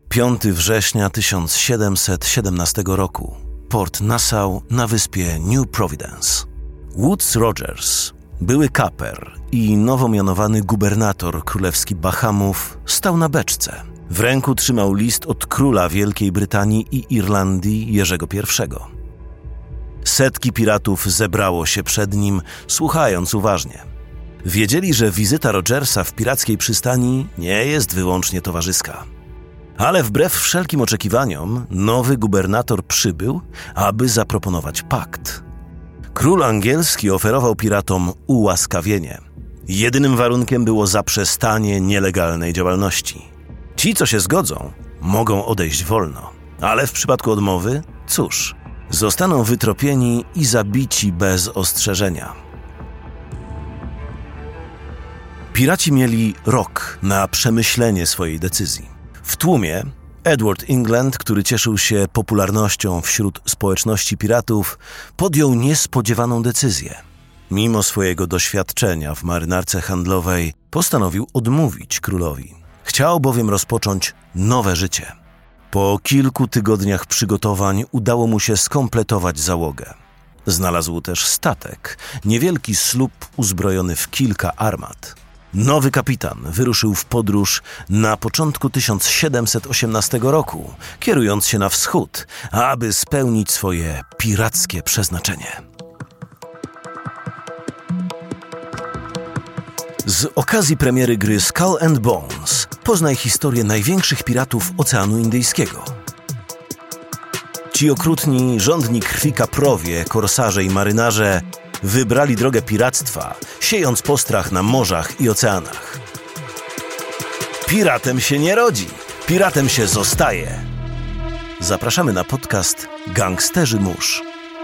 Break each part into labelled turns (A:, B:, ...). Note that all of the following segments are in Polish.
A: 5 września 1717 roku. Port Nassau na wyspie New Providence. Woodes Rogers, były kaper i nowo mianowany gubernator królewski Bahamów, stał na beczce. W ręku trzymał list od króla Wielkiej Brytanii i Irlandii Jerzego I. Setki piratów zebrało się przed nim, słuchając uważnie. Wiedzieli, że wizyta Rogersa w pirackiej przystani nie jest wyłącznie towarzyska. Ale wbrew wszelkim oczekiwaniom, nowy gubernator przybył, aby zaproponować pakt. Król angielski oferował piratom ułaskawienie. Jedynym warunkiem było zaprzestanie nielegalnej działalności. Ci, co się zgodzą, mogą odejść wolno, ale w przypadku odmowy, cóż, zostaną wytropieni i zabici bez ostrzeżenia. Piraci mieli rok na przemyślenie swojej decyzji. W tłumie Edward England, który cieszył się popularnością wśród społeczności piratów, podjął niespodziewaną decyzję. Mimo swojego doświadczenia w marynarce handlowej postanowił odmówić królowi. Chciał bowiem rozpocząć nowe życie. Po kilku tygodniach przygotowań udało mu się skompletować załogę. Znalazł też statek, niewielki słup uzbrojony w kilka armat. Nowy kapitan wyruszył w podróż na początku 1718 roku, kierując się na wschód, aby spełnić swoje pirackie przeznaczenie. Z okazji premiery gry Skull and Bones poznaj historię największych piratów Oceanu Indyjskiego. Ci okrutni, żądni krwi kaprowie, korsarze i marynarze wybrali drogę piractwa, siejąc postrach na morzach i oceanach. Piratem się nie rodzi, piratem się zostaje. Zapraszamy na podcast Gangsterzy Mórz.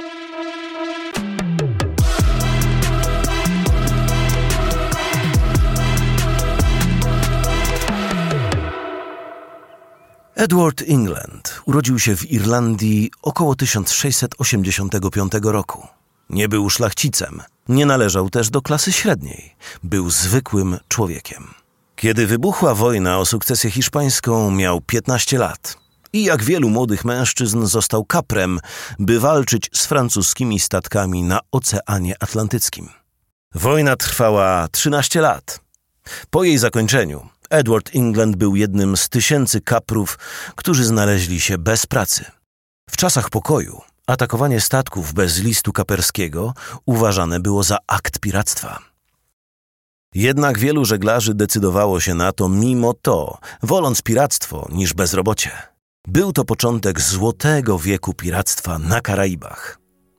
A: Edward England urodził się w Irlandii około 1685 roku. Nie był szlachcicem, nie należał też do klasy średniej. Był zwykłym człowiekiem. Kiedy wybuchła wojna o sukcesję hiszpańską, miał 15 lat. I jak wielu młodych mężczyzn został kaprem, by walczyć z francuskimi statkami na Oceanie Atlantyckim. Wojna trwała 13 lat. Po jej zakończeniu Edward England był jednym z tysięcy kaprów, którzy znaleźli się bez pracy. W czasach pokoju atakowanie statków bez listu kaperskiego uważane było za akt piractwa. Jednak wielu żeglarzy decydowało się na to mimo to, woląc piractwo niż bezrobocie. Był to początek złotego wieku piractwa na Karaibach.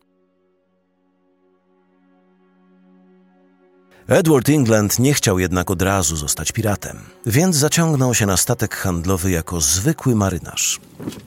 A: Edward England nie chciał jednak od razu zostać piratem, więc zaciągnął się na statek handlowy jako zwykły marynarz.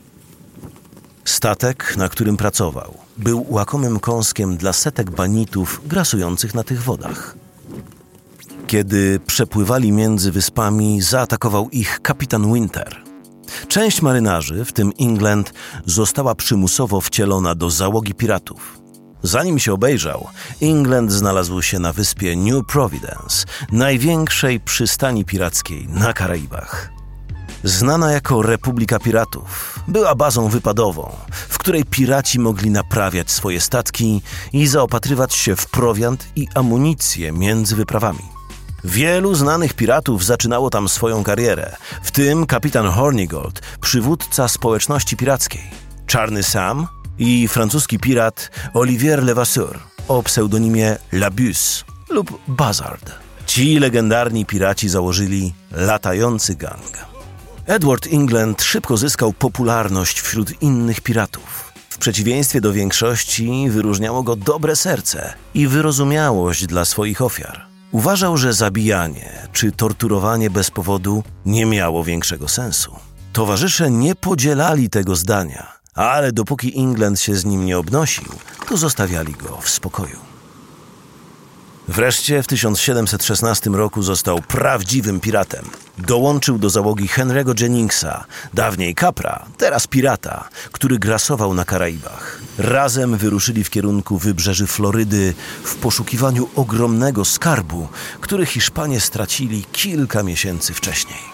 A: Statek, na którym pracował, był łakomym kąskiem dla setek banitów grasujących na tych wodach. Kiedy przepływali między wyspami, zaatakował ich kapitan Winter. Część marynarzy, w tym England, została przymusowo wcielona do załogi piratów. Zanim się obejrzał, England znalazł się na wyspie New Providence, największej przystani pirackiej na Karaibach. Znana jako Republika Piratów, była bazą wypadową, w której piraci mogli naprawiać swoje statki i zaopatrywać się w prowiant i amunicję między wyprawami. Wielu znanych piratów zaczynało tam swoją karierę, w tym kapitan Hornigold, przywódca społeczności pirackiej, Czarny Sam i francuski pirat Olivier Levasseur o pseudonimie Labus lub Bazard. Ci legendarni piraci założyli latający gang. Edward England szybko zyskał popularność wśród innych piratów. W przeciwieństwie do większości wyróżniało go dobre serce i wyrozumiałość dla swoich ofiar. Uważał, że zabijanie czy torturowanie bez powodu nie miało większego sensu. Towarzysze nie podzielali tego zdania, ale dopóki England się z nim nie obnosił, to zostawiali go w spokoju. Wreszcie w 1716 roku został prawdziwym piratem. Dołączył do załogi Henry'ego Jenningsa, dawniej kapra, teraz pirata, który grasował na Karaibach. Razem wyruszyli w kierunku wybrzeży Florydy w poszukiwaniu ogromnego skarbu, który Hiszpanie stracili kilka miesięcy wcześniej.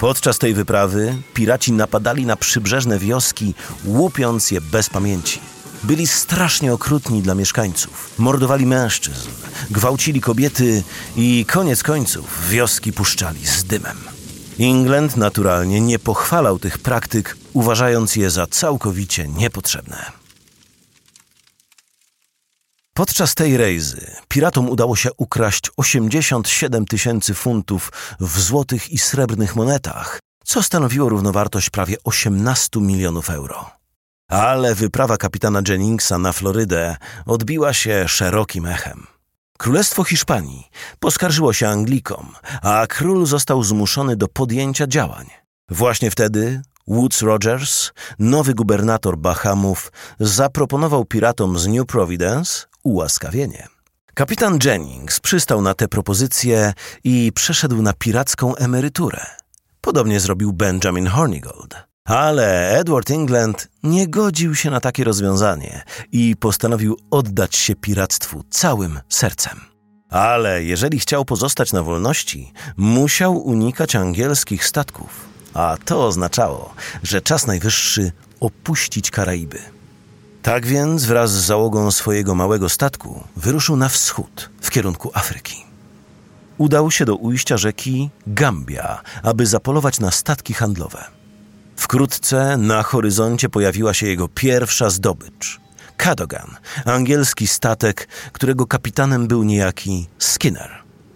A: Podczas tej wyprawy piraci napadali na przybrzeżne wioski, łupiąc je bez pamięci. Byli strasznie okrutni dla mieszkańców. Mordowali mężczyzn, gwałcili kobiety i koniec końców wioski puszczali z dymem. England naturalnie nie pochwalał tych praktyk, uważając je za całkowicie niepotrzebne. Podczas tej rejzy piratom udało się ukraść 87 000 funtów w złotych i srebrnych monetach, co stanowiło równowartość prawie 18 milionów euro. Ale wyprawa kapitana Jenningsa na Florydę odbiła się szerokim echem. Królestwo Hiszpanii poskarżyło się Anglikom, a król został zmuszony do podjęcia działań. Właśnie wtedy Woodes Rogers, nowy gubernator Bahamów, zaproponował piratom z New Providence ułaskawienie. Kapitan Jennings przystał na tę propozycję i przeszedł na piracką emeryturę. Podobnie zrobił Benjamin Hornigold. Ale Edward England nie godził się na takie rozwiązanie i postanowił oddać się piractwu całym sercem. Ale jeżeli chciał pozostać na wolności, musiał unikać angielskich statków, a to oznaczało, że czas najwyższy opuścić Karaiby. Tak więc wraz z załogą swojego małego statku wyruszył na wschód, w kierunku Afryki. Udał się do ujścia rzeki Gambia, aby zapolować na statki handlowe. Wkrótce na horyzoncie pojawiła się jego pierwsza zdobycz – Cadogan, angielski statek, którego kapitanem był niejaki Skinner.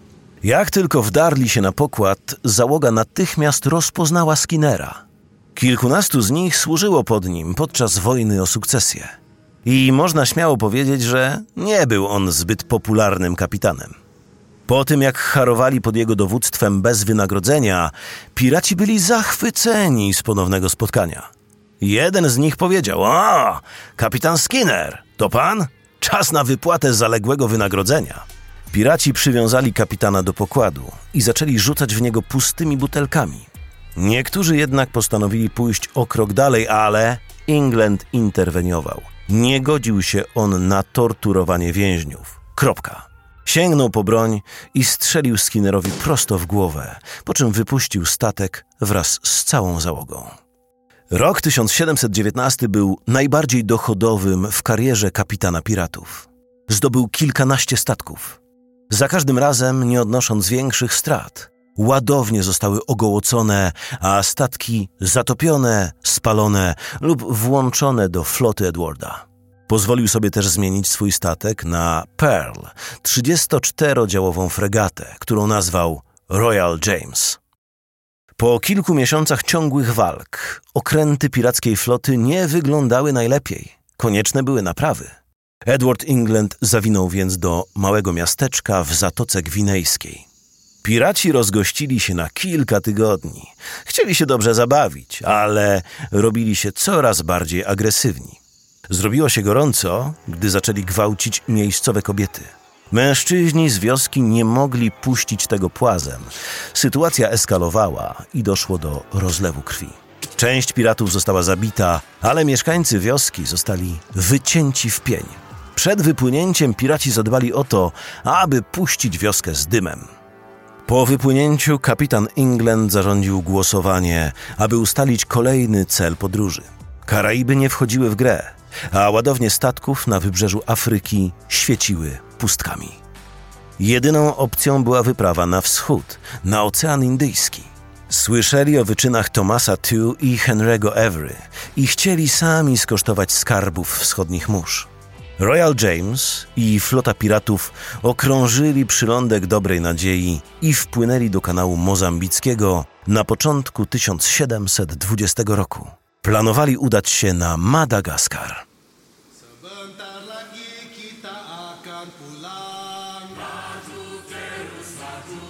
A: Jak tylko wdarli się na pokład, załoga natychmiast rozpoznała Skinnera. Kilkunastu z nich służyło pod nim podczas wojny o sukcesję. I można śmiało powiedzieć, że nie był on zbyt popularnym kapitanem. Po tym, jak harowali pod jego dowództwem bez wynagrodzenia, piraci byli zachwyceni z ponownego spotkania. Jeden z nich powiedział: „O, kapitan Skinner, to pan? Czas na wypłatę zaległego wynagrodzenia”. Piraci przywiązali kapitana do pokładu i zaczęli rzucać w niego pustymi butelkami. Niektórzy jednak postanowili pójść o krok dalej, ale England interweniował. Nie godził się on na torturowanie więźniów. Kropka. Sięgnął po broń i strzelił Skinnerowi prosto w głowę, po czym wypuścił statek wraz z całą załogą. Rok 1719 był najbardziej dochodowym w karierze kapitana piratów. Zdobył kilkanaście statków. Za każdym razem nie odnosząc większych strat. Ładownie zostały ogołocone, a statki zatopione, spalone lub włączone do floty Edwarda. Pozwolił sobie też zmienić swój statek na Pearl, 34-działową fregatę, którą nazwał Royal James. Po kilku miesiącach ciągłych walk okręty pirackiej floty nie wyglądały najlepiej. Konieczne były naprawy. Edward England zawinął więc do małego miasteczka w Zatoce Gwinejskiej. Piraci rozgościli się na kilka tygodni. Chcieli się dobrze zabawić, ale robili się coraz bardziej agresywni. Zrobiło się gorąco, gdy zaczęli gwałcić miejscowe kobiety. Mężczyźni z wioski nie mogli puścić tego płazem. Sytuacja eskalowała i doszło do rozlewu krwi. Część piratów została zabita, ale mieszkańcy wioski zostali wycięci w pień. Przed wypłynięciem piraci zadbali o to, aby puścić wioskę z dymem. Po wypłynięciu kapitan England zarządził głosowanie, aby ustalić kolejny cel podróży. Karaiby nie wchodziły w grę, a ładownie statków na wybrzeżu Afryki świeciły pustkami. Jedyną opcją była wyprawa na wschód, na Ocean Indyjski. Słyszeli o wyczynach Thomasa Tew i Henry'ego Every i chcieli sami skosztować skarbów wschodnich mórz. Royal James i flota piratów okrążyli przylądek Dobrej Nadziei i wpłynęli do kanału mozambickiego na początku 1720 roku. Planowali udać się na Madagaskar.
B: Sebentar lagi kita akan pulang. Maju terus maju.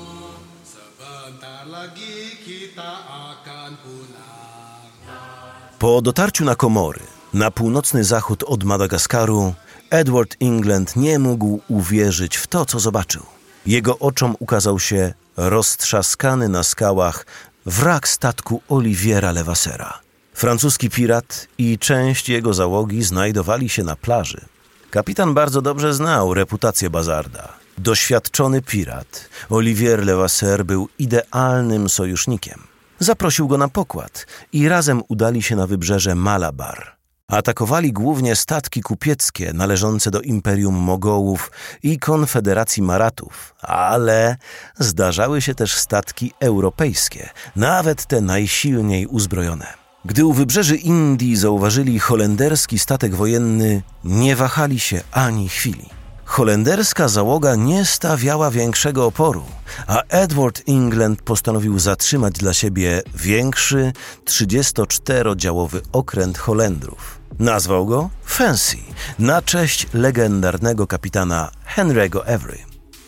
B: Sebentar lagi kita akan pulang.
A: Po dotarciu na Komory, na północny zachód od Madagaskaru, Edward England nie mógł uwierzyć w to, co zobaczył. Jego oczom ukazał się roztrzaskany na skałach wrak statku Oliviera Levassera. Francuski pirat i część jego załogi znajdowali się na plaży. Kapitan bardzo dobrze znał reputację Bazarda. Doświadczony pirat, Olivier Levasser był idealnym sojusznikiem. Zaprosił go na pokład i razem udali się na wybrzeże Malabar. Atakowali głównie statki kupieckie należące do Imperium Mogołów i Konfederacji Maratów, ale zdarzały się też statki europejskie, nawet te najsilniej uzbrojone. Gdy u wybrzeży Indii zauważyli holenderski statek wojenny, nie wahali się ani chwili. Holenderska załoga nie stawiała większego oporu, a Edward England postanowił zatrzymać dla siebie większy, 34-działowy okręt Holendrów. Nazwał go Fancy, na cześć legendarnego kapitana Henry'ego Avery.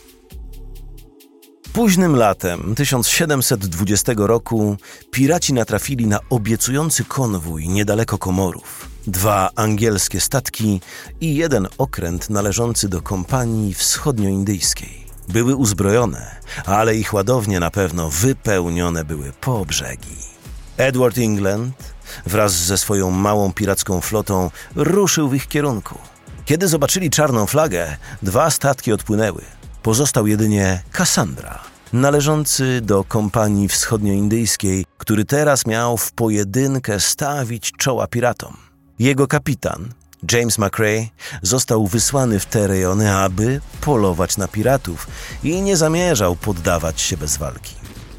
A: Późnym latem 1720 roku piraci natrafili na obiecujący konwój niedaleko Komorów. 2 angielskie statki i 1 okręt należący do kompanii wschodnioindyjskiej. Były uzbrojone, ale ich ładownie na pewno wypełnione były po brzegi. Edward England wraz ze swoją małą piracką flotą ruszył w ich kierunku. Kiedy zobaczyli czarną flagę, 2 statki odpłynęły. Pozostał jedynie Cassandra, należący do kompanii wschodnioindyjskiej, który teraz miał w pojedynkę stawić czoła piratom. Jego kapitan, James McCrae, został wysłany w te rejony, aby polować na piratów i nie zamierzał poddawać się bez walki.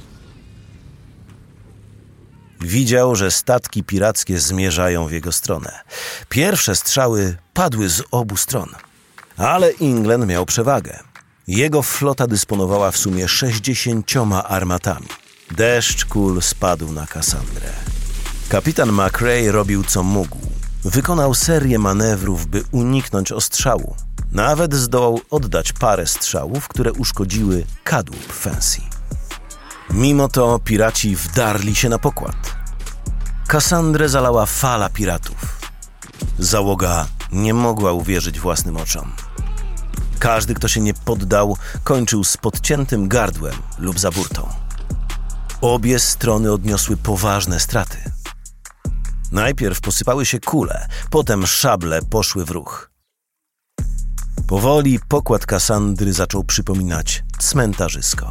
A: Widział, że statki pirackie zmierzają w jego stronę. Pierwsze strzały padły z obu stron, ale England miał przewagę. Jego flota dysponowała w sumie 60 armatami. Deszcz kul spadł na Cassandrę. Kapitan McCrae robił co mógł. Wykonał serię manewrów, by uniknąć ostrzału. Nawet zdołał oddać parę strzałów, które uszkodziły kadłub Fancy. Mimo to piraci wdarli się na pokład. Cassandrę zalała fala piratów. Załoga nie mogła uwierzyć własnym oczom. Każdy, kto się nie poddał, kończył z podciętym gardłem lub za burtą. Obie strony odniosły poważne straty. Najpierw posypały się kule, potem szable poszły w ruch. Powoli pokład Cassandry zaczął przypominać cmentarzysko.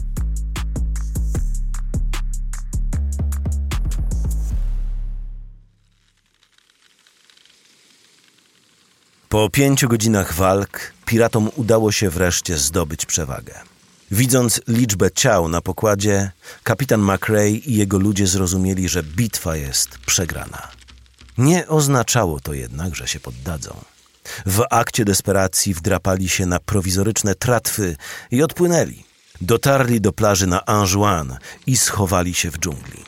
A: Po 5 godzinach walk piratom udało się wreszcie zdobyć przewagę. Widząc liczbę ciał na pokładzie, kapitan McCrae i jego ludzie zrozumieli, że bitwa jest przegrana. Nie oznaczało to jednak, że się poddadzą. W akcie desperacji wdrapali się na prowizoryczne tratwy i odpłynęli. Dotarli do plaży na Anjouan i schowali się w dżungli.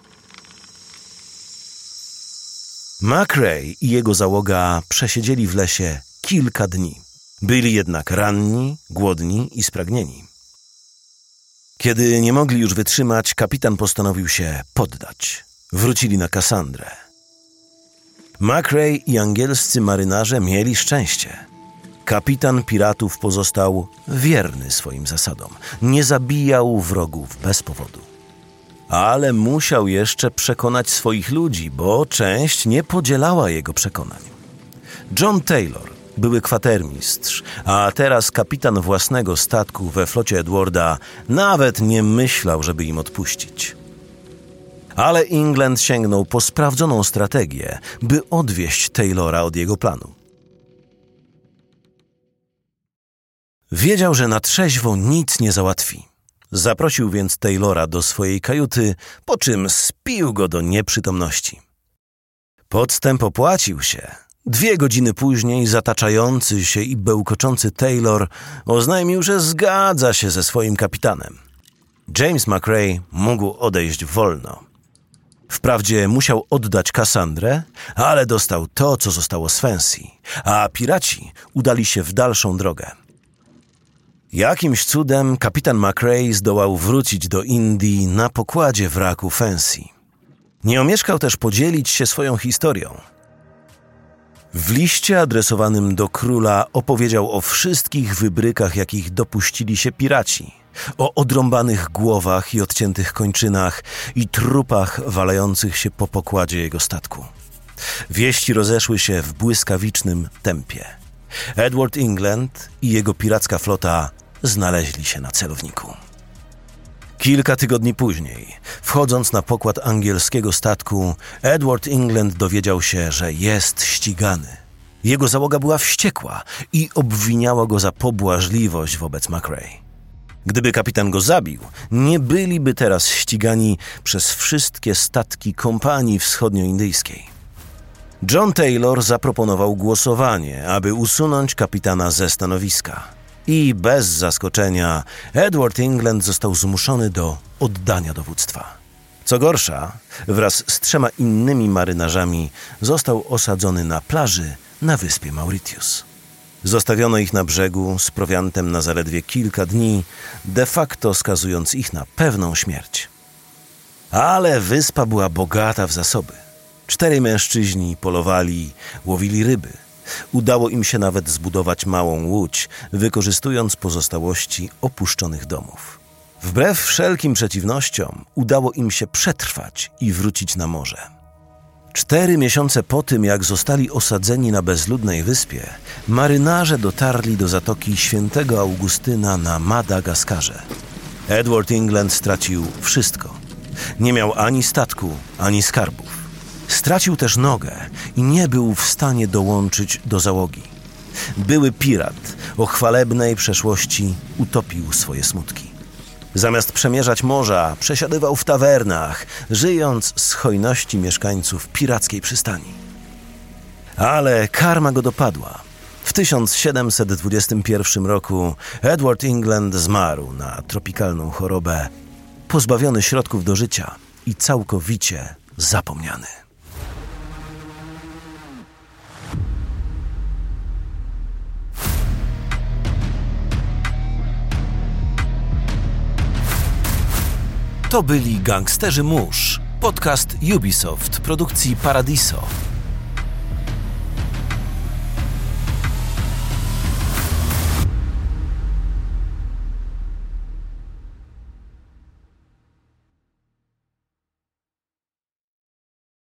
A: McCrae i jego załoga przesiedzieli w lesie kilka dni. Byli jednak ranni, głodni i spragnieni. Kiedy nie mogli już wytrzymać, kapitan postanowił się poddać. Wrócili na Cassandrę. McCrae i angielscy marynarze mieli szczęście. Kapitan piratów pozostał wierny swoim zasadom. Nie zabijał wrogów bez powodu. Ale musiał jeszcze przekonać swoich ludzi, bo część nie podzielała jego przekonań. John Taylor, były kwatermistrz, a teraz kapitan własnego statku we flocie Edwarda, nawet nie myślał, żeby im odpuścić. Ale England sięgnął po sprawdzoną strategię, by odwieść Taylora od jego planu. Wiedział, że na trzeźwo nic nie załatwi. Zaprosił więc Taylora do swojej kajuty, po czym spił go do nieprzytomności. Podstęp opłacił się. 2 godziny później zataczający się i bełkoczący Taylor oznajmił, że zgadza się ze swoim kapitanem. James McCrae mógł odejść wolno. Wprawdzie musiał oddać Cassandrę, ale dostał to, co zostało z Fancy, a piraci udali się w dalszą drogę. Jakimś cudem kapitan McCrae zdołał wrócić do Indii na pokładzie wraku Fancy. Nie omieszkał też podzielić się swoją historią. W liście adresowanym do króla opowiedział o wszystkich wybrykach, jakich dopuścili się piraci, o odrąbanych głowach i odciętych kończynach i trupach walających się po pokładzie jego statku. Wieści rozeszły się w błyskawicznym tempie. Edward England i jego piracka flota znaleźli się na celowniku. Kilka tygodni później, wchodząc na pokład angielskiego statku, Edward England dowiedział się, że jest ścigany. Jego załoga była wściekła i obwiniała go za pobłażliwość wobec McRae. Gdyby kapitan go zabił, nie byliby teraz ścigani przez wszystkie statki kompanii wschodnioindyjskiej. John Taylor zaproponował głosowanie, aby usunąć kapitana ze stanowiska. I bez zaskoczenia Edward England został zmuszony do oddania dowództwa. Co gorsza, wraz z 3 innymi marynarzami został osadzony na plaży na wyspie Mauritius. Zostawiono ich na brzegu z prowiantem na zaledwie kilka dni, de facto skazując ich na pewną śmierć. Ale wyspa była bogata w zasoby. 4 mężczyźni polowali, łowili ryby. Udało im się nawet zbudować małą łódź, wykorzystując pozostałości opuszczonych domów. Wbrew wszelkim przeciwnościom udało im się przetrwać i wrócić na morze. 4 miesiące po tym, jak zostali osadzeni na bezludnej wyspie, marynarze dotarli do Zatoki Świętego Augustyna na Madagaskarze. Edward England stracił wszystko. Nie miał ani statku, ani skarbów. Stracił też nogę i nie był w stanie dołączyć do załogi. Były pirat o chwalebnej przeszłości utopił swoje smutki. Zamiast przemierzać morza, przesiadywał w tawernach, żyjąc z hojności mieszkańców pirackiej przystani. Ale karma go dopadła. W 1721 roku Edward England zmarł na tropikalną chorobę, pozbawiony środków do życia i całkowicie zapomniany. To byli Gangsterzy Mórz, podcast Ubisoft produkcji Paradiso.